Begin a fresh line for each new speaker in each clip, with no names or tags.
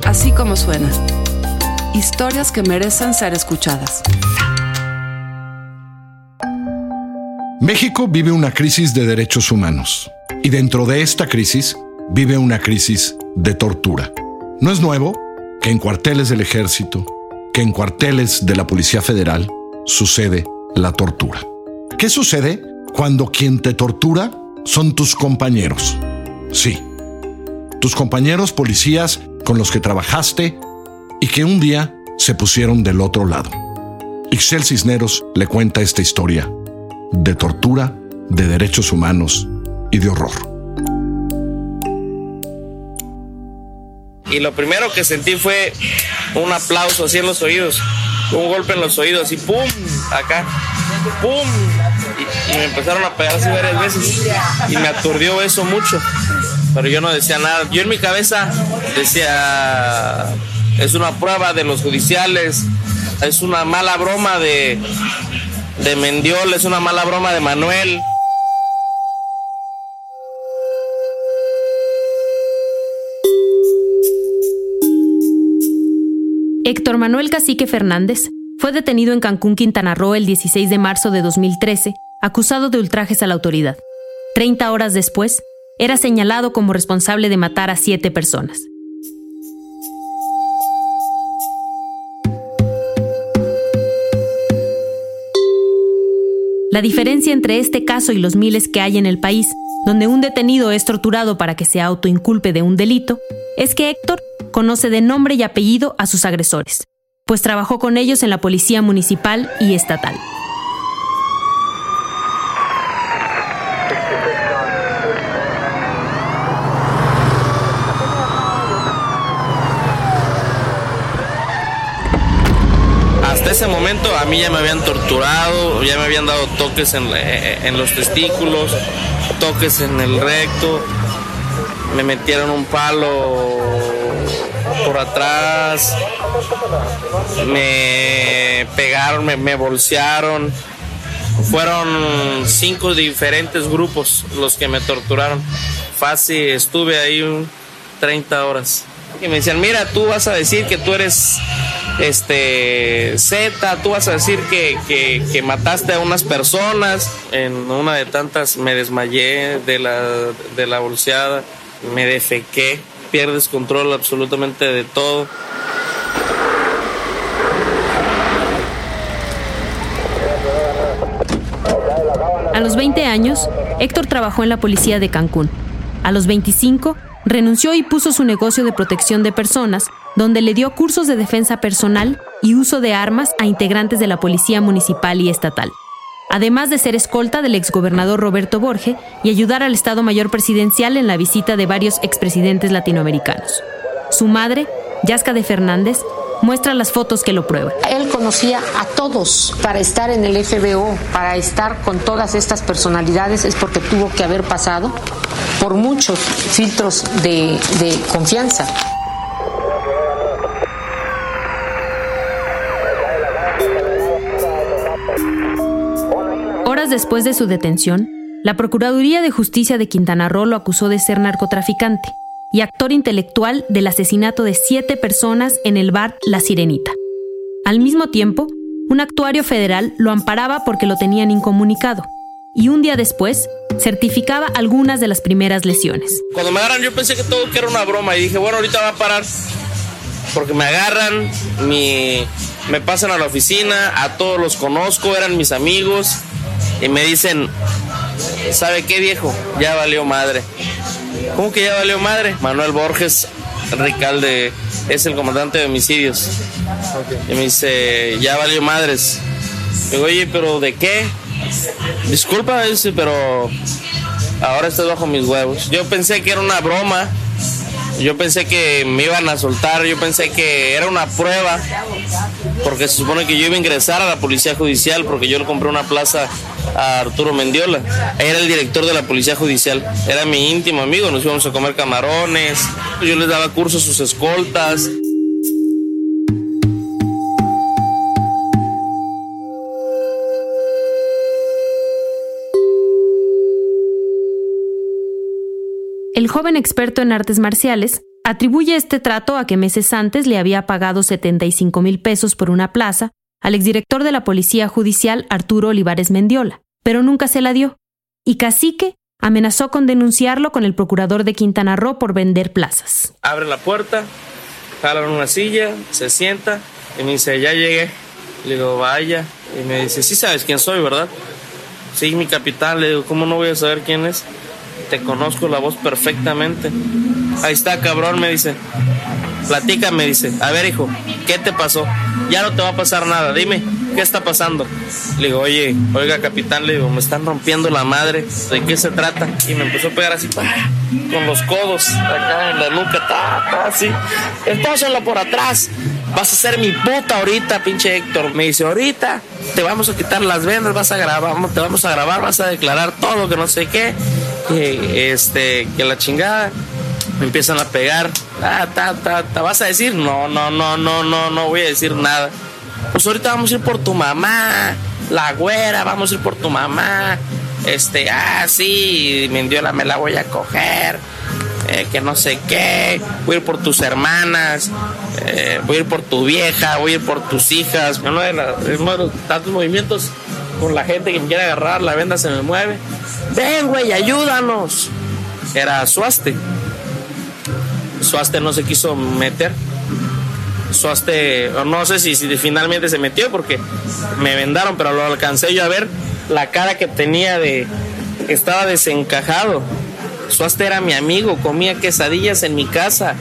Así como suena. Historias que merecen ser escuchadas.
México vive una crisis de derechos humanos. Y dentro de esta crisis, vive una crisis de tortura. No es nuevo que en cuarteles del ejército, que en cuarteles de la Policía Federal, sucede la tortura. ¿Qué sucede cuando quien te tortura son tus compañeros? Sí, tus compañeros policías con los que trabajaste y que un día se pusieron del otro lado. Ixchel Cisneros le cuenta esta historia de tortura, de derechos humanos y de horror.
Y lo primero que sentí fue un aplauso así en los oídos, un golpe en los oídos, así pum, acá, pum, y me empezaron a pegar así varias veces y me aturdió eso mucho, pero yo no decía nada. Yo en mi cabeza decía, es una prueba de los judiciales, es una mala broma de Mendiol, es una mala broma de Manuel.
Héctor Manuel Cacique Fernández fue detenido en Cancún, Quintana Roo, el 16 de marzo de 2013, acusado de ultrajes a la autoridad. 30 horas después, era señalado como responsable de matar a 7 personas. La diferencia entre este caso y los miles que hay en el país, donde un detenido es torturado para que se autoinculpe de un delito, es que Héctor conoce de nombre y apellido a sus agresores, pues trabajó con ellos en la policía municipal y estatal.
Hasta ese momento a mí ya me habían torturado, ya me habían dado toques en los testículos, toques en el recto, me metieron un palo por atrás, me pegaron, me bolsearon. Fueron 5 diferentes grupos los que me torturaron. Fácil, estuve ahí 30 horas. Y me decían, mira, tú vas a decir que tú eres Z, tú vas a decir que mataste a unas personas. En una de tantas me desmayé de la bolseada, me defequé, pierdes control absolutamente de todo.
A los 20 años, Héctor trabajó en la policía de Cancún. A los 25, renunció y puso su negocio de protección de personas, donde le dio cursos de defensa personal y uso de armas a integrantes de la policía municipal y estatal, además de ser escolta del exgobernador Roberto Borge y ayudar al Estado Mayor Presidencial en la visita de varios expresidentes latinoamericanos. Su madre, Yasca de Fernández, muestra las fotos que lo prueban.
Él conocía a todos. Para estar en el FBO, para estar con todas estas personalidades, es porque tuvo que haber pasado por muchos filtros de confianza.
Horas después de su detención, la Procuraduría de Justicia de Quintana Roo lo acusó de ser narcotraficante y actor intelectual del asesinato de 7 personas en el bar La Sirenita. Al mismo tiempo, un actuario federal lo amparaba porque lo tenían incomunicado, y un día después certificaba algunas de las primeras lesiones.
Cuando me agarran yo pensé que todo que era una broma y dije, bueno, ahorita va a parar, porque me agarran, me pasan a la oficina, a todos los conozco, eran mis amigos, y me dicen, ¿sabe qué, viejo? Ya valió madre. ¿Cómo que ya valió madre? Manuel Borges Ricalde es el comandante de homicidios. Y me dice, ya valió madres. Digo, oye, ¿pero de qué? Disculpa, dice, pero ahora estás bajo mis huevos. Yo pensé que era una broma. Yo pensé que me iban a soltar. Yo pensé que era una prueba, porque se supone que yo iba a ingresar a la policía judicial, porque yo le compré una plaza a Arturo Mendiola. Era el director de la policía judicial, era mi íntimo amigo, nos íbamos a comer camarones, yo les daba cursos a sus escoltas.
El joven experto en artes marciales atribuye este trato a que meses antes le había pagado 75,000 pesos por una plaza al exdirector de la Policía Judicial Arturo Olivares Mendiola, pero nunca se la dio, y Cacique amenazó con denunciarlo con el procurador de Quintana Roo por vender plazas.
Abre la puerta, jalan una silla, se sienta y me dice, ya llegué. Le digo, vaya. Y me dice, sí sabes quién soy, ¿verdad? Sí, mi capitán. Le digo, ¿cómo no voy a saber quién es? Te conozco la voz perfectamente. Ahí está, cabrón, me dice. Platica, me dice. A ver, hijo, ¿qué te pasó? Ya no te va a pasar nada, dime, ¿qué está pasando? Le digo, oiga, capitán, le digo, me están rompiendo la madre, ¿de qué se trata? Y me empezó a pegar así, con los codos, acá en la nuca, así. Empósenlo por atrás, vas a ser mi puta ahorita, pinche Héctor. Me dice, ahorita te vamos a quitar las vendas, te vamos a grabar, vas a declarar todo, que no sé qué, que la chingada. Me empiezan a pegar, vas a decir, no voy a decir nada. Pues ahorita vamos a ir por tu mamá, la güera, vamos a ir por tu mamá. Sí, Mendiola me la voy a coger, que no sé qué, voy a ir por tus hermanas, voy a ir por tu vieja, voy a ir por tus hijas. Uno de los tantos movimientos con la gente que me quiere agarrar, la venda se me mueve. Ven, güey, ayúdanos. Era Suaste. Suaste no se quiso meter. Suaste, no sé si finalmente se metió porque me vendaron, pero lo alcancé yo a ver la cara que tenía estaba desencajado. Suaste era mi amigo, comía quesadillas en mi casa,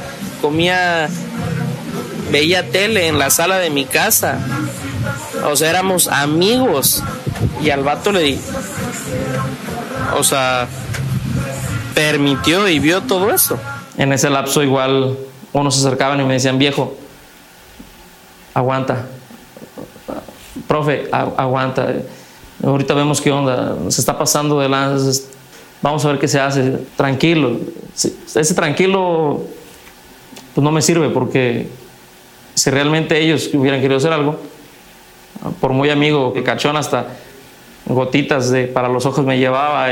veía tele en la sala de mi casa. O sea, éramos amigos. Y al vato le di, o sea, permitió y vio todo eso. En ese lapso igual unos se acercaban y me decían, viejo, aguanta, profe, aguanta, ahorita vemos qué onda, se está pasando de lanza, vamos a ver qué se hace, tranquilo. Ese tranquilo pues no me sirve, porque si realmente ellos hubieran querido hacer algo, por muy amigo que cachón, hasta gotitas para los ojos me llevaba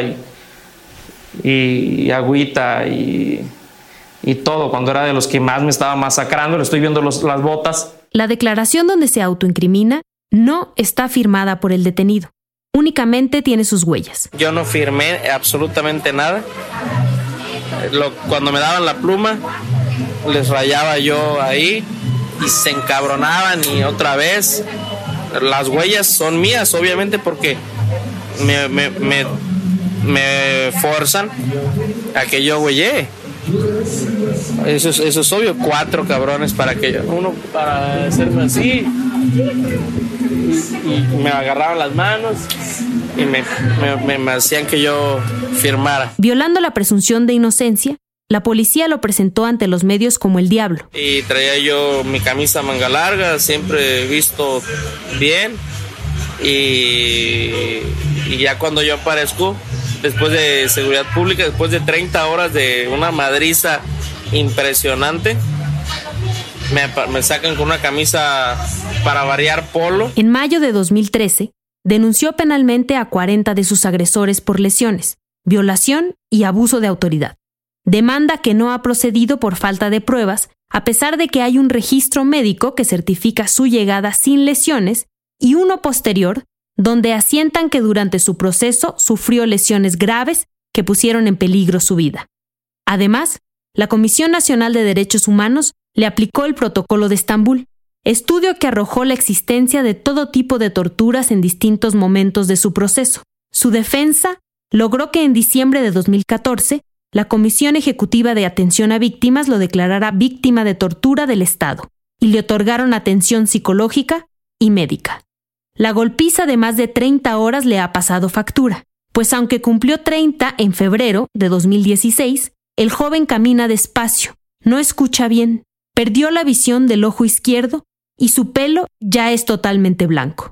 y agüita y todo, cuando era de los que más me estaba masacrando. Le estoy viendo las botas.
La declaración donde se autoincrimina no está firmada por el detenido. Únicamente tiene sus huellas.
Yo no firmé absolutamente nada. Cuando me daban la pluma, les rayaba yo ahí y se encabronaban y otra vez. Las huellas son mías, obviamente, porque me forzan a que yo huellé. Eso es obvio. 4 cabrones para uno para hacerme así y me agarraban las manos y me hacían que yo firmara.
Violando la presunción de inocencia, la policía lo presentó ante los medios como el diablo.
Y traía yo mi camisa manga larga, siempre visto bien, y ya cuando yo aparezco, después de seguridad pública, después de 30 horas de una madriza impresionante, me sacan con una camisa, para variar, polo.
En mayo de 2013, denunció penalmente a 40 de sus agresores por lesiones, violación y abuso de autoridad. Demanda que no ha procedido por falta de pruebas, a pesar de que hay un registro médico que certifica su llegada sin lesiones y uno posterior, donde asientan que durante su proceso sufrió lesiones graves que pusieron en peligro su vida. Además, la Comisión Nacional de Derechos Humanos le aplicó el Protocolo de Estambul, estudio que arrojó la existencia de todo tipo de torturas en distintos momentos de su proceso. Su defensa logró que en diciembre de 2014, la Comisión Ejecutiva de Atención a Víctimas lo declarara víctima de tortura del Estado y le otorgaron atención psicológica y médica. La golpiza de más de 30 horas le ha pasado factura, pues aunque cumplió 30 en febrero de 2016, el joven camina despacio, no escucha bien, perdió la visión del ojo izquierdo y su pelo ya es totalmente blanco.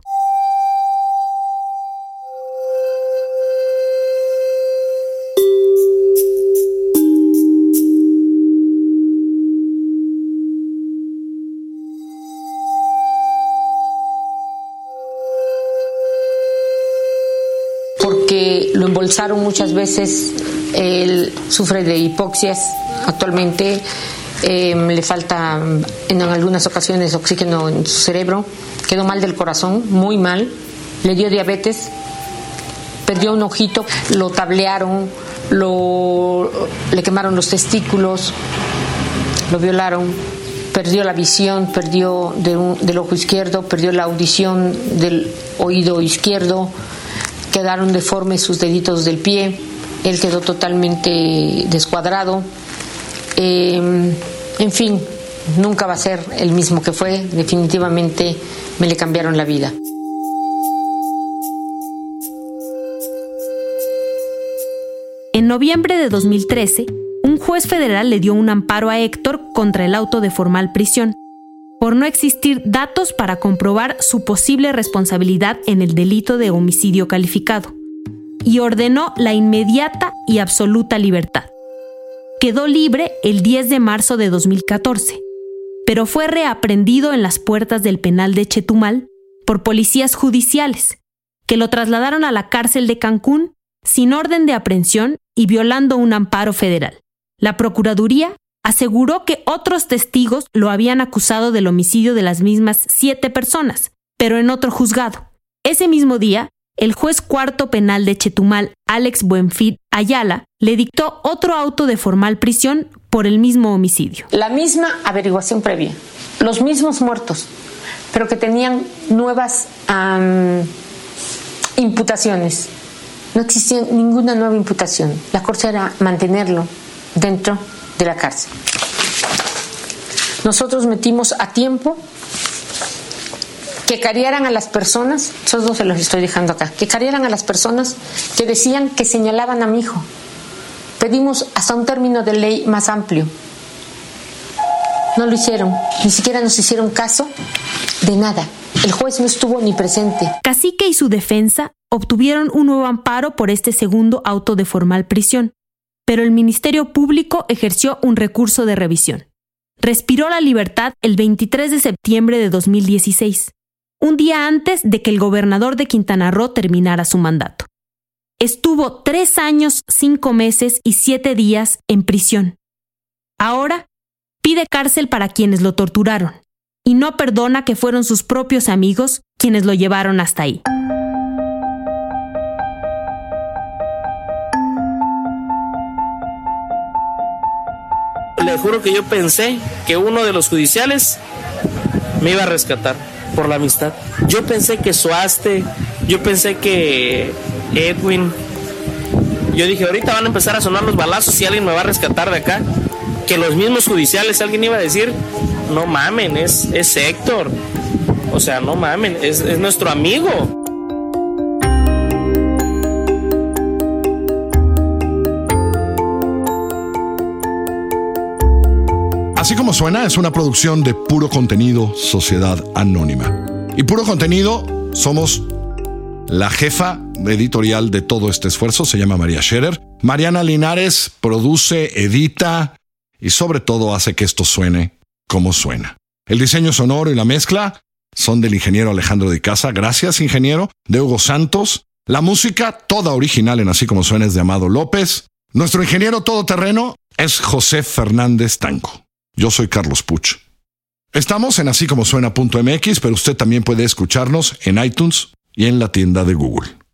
Porque lo embolsaron muchas veces, él sufre de hipoxias actualmente, le falta en algunas ocasiones oxígeno en su cerebro, quedó mal del corazón, muy mal, le dio diabetes, perdió un ojito, lo tablearon, le quemaron los testículos, lo violaron, perdió la visión, perdió del ojo izquierdo, perdió la audición del oído izquierdo, quedaron deformes sus deditos del pie, él quedó totalmente descuadrado. En fin, nunca va a ser el mismo que fue, definitivamente me le cambiaron la vida.
En noviembre de 2013, un juez federal le dio un amparo a Héctor contra el auto de formal prisión, por no existir datos para comprobar su posible responsabilidad en el delito de homicidio calificado, y ordenó la inmediata y absoluta libertad. Quedó libre el 10 de marzo de 2014, pero fue reaprehendido en las puertas del penal de Chetumal por policías judiciales, que lo trasladaron a la cárcel de Cancún sin orden de aprehensión y violando un amparo federal. La Procuraduría aseguró que otros testigos lo habían acusado del homicidio de las mismas 7 personas, pero en otro juzgado. Ese mismo día, el juez cuarto penal de Chetumal, Alex Buenfil Ayala, le dictó otro auto de formal prisión por el mismo homicidio.
La misma averiguación previa, los mismos muertos, pero que tenían nuevas imputaciones. No existía ninguna nueva imputación. La cosa era mantenerlo dentro de la cárcel. Nosotros metimos a tiempo que cariaran a las personas, esos dos se los estoy dejando acá, que cariaran a las personas que decían que señalaban a mi hijo. Pedimos hasta un término de ley más amplio. No lo hicieron, ni siquiera nos hicieron caso de nada. El juez no estuvo ni presente.
Cacique y su defensa obtuvieron un nuevo amparo por este segundo auto de formal prisión, pero el Ministerio Público ejerció un recurso de revisión. Respiró la libertad el 23 de septiembre de 2016, un día antes de que el gobernador de Quintana Roo terminara su mandato. Estuvo 3 años, 5 meses y 7 días en prisión. Ahora pide cárcel para quienes lo torturaron y no perdona que fueron sus propios amigos quienes lo llevaron hasta ahí.
Le juro que yo pensé que uno de los judiciales me iba a rescatar por la amistad. Yo pensé que Suaste, yo pensé que Edwin. Yo dije, ahorita van a empezar a sonar los balazos y alguien me va a rescatar de acá. Que los mismos judiciales, alguien iba a decir, no mamen, es Héctor. O sea, no mamen, es nuestro amigo.
Así como suena, es una producción de Puro Contenido, Sociedad Anónima. Y Puro Contenido, somos la jefa editorial de todo este esfuerzo, se llama María Scherer. Mariana Linares produce, edita y sobre todo hace que esto suene como suena. El diseño sonoro y la mezcla son del ingeniero Alejandro de Casa. Gracias, ingeniero. De Hugo Santos. La música, toda original en Así Como Suena, es de Amado López. Nuestro ingeniero todoterreno es José Fernández Tanco. Yo soy Carlos Puch. Estamos en asícomosuena.mx, pero usted también puede escucharnos en iTunes y en la tienda de Google.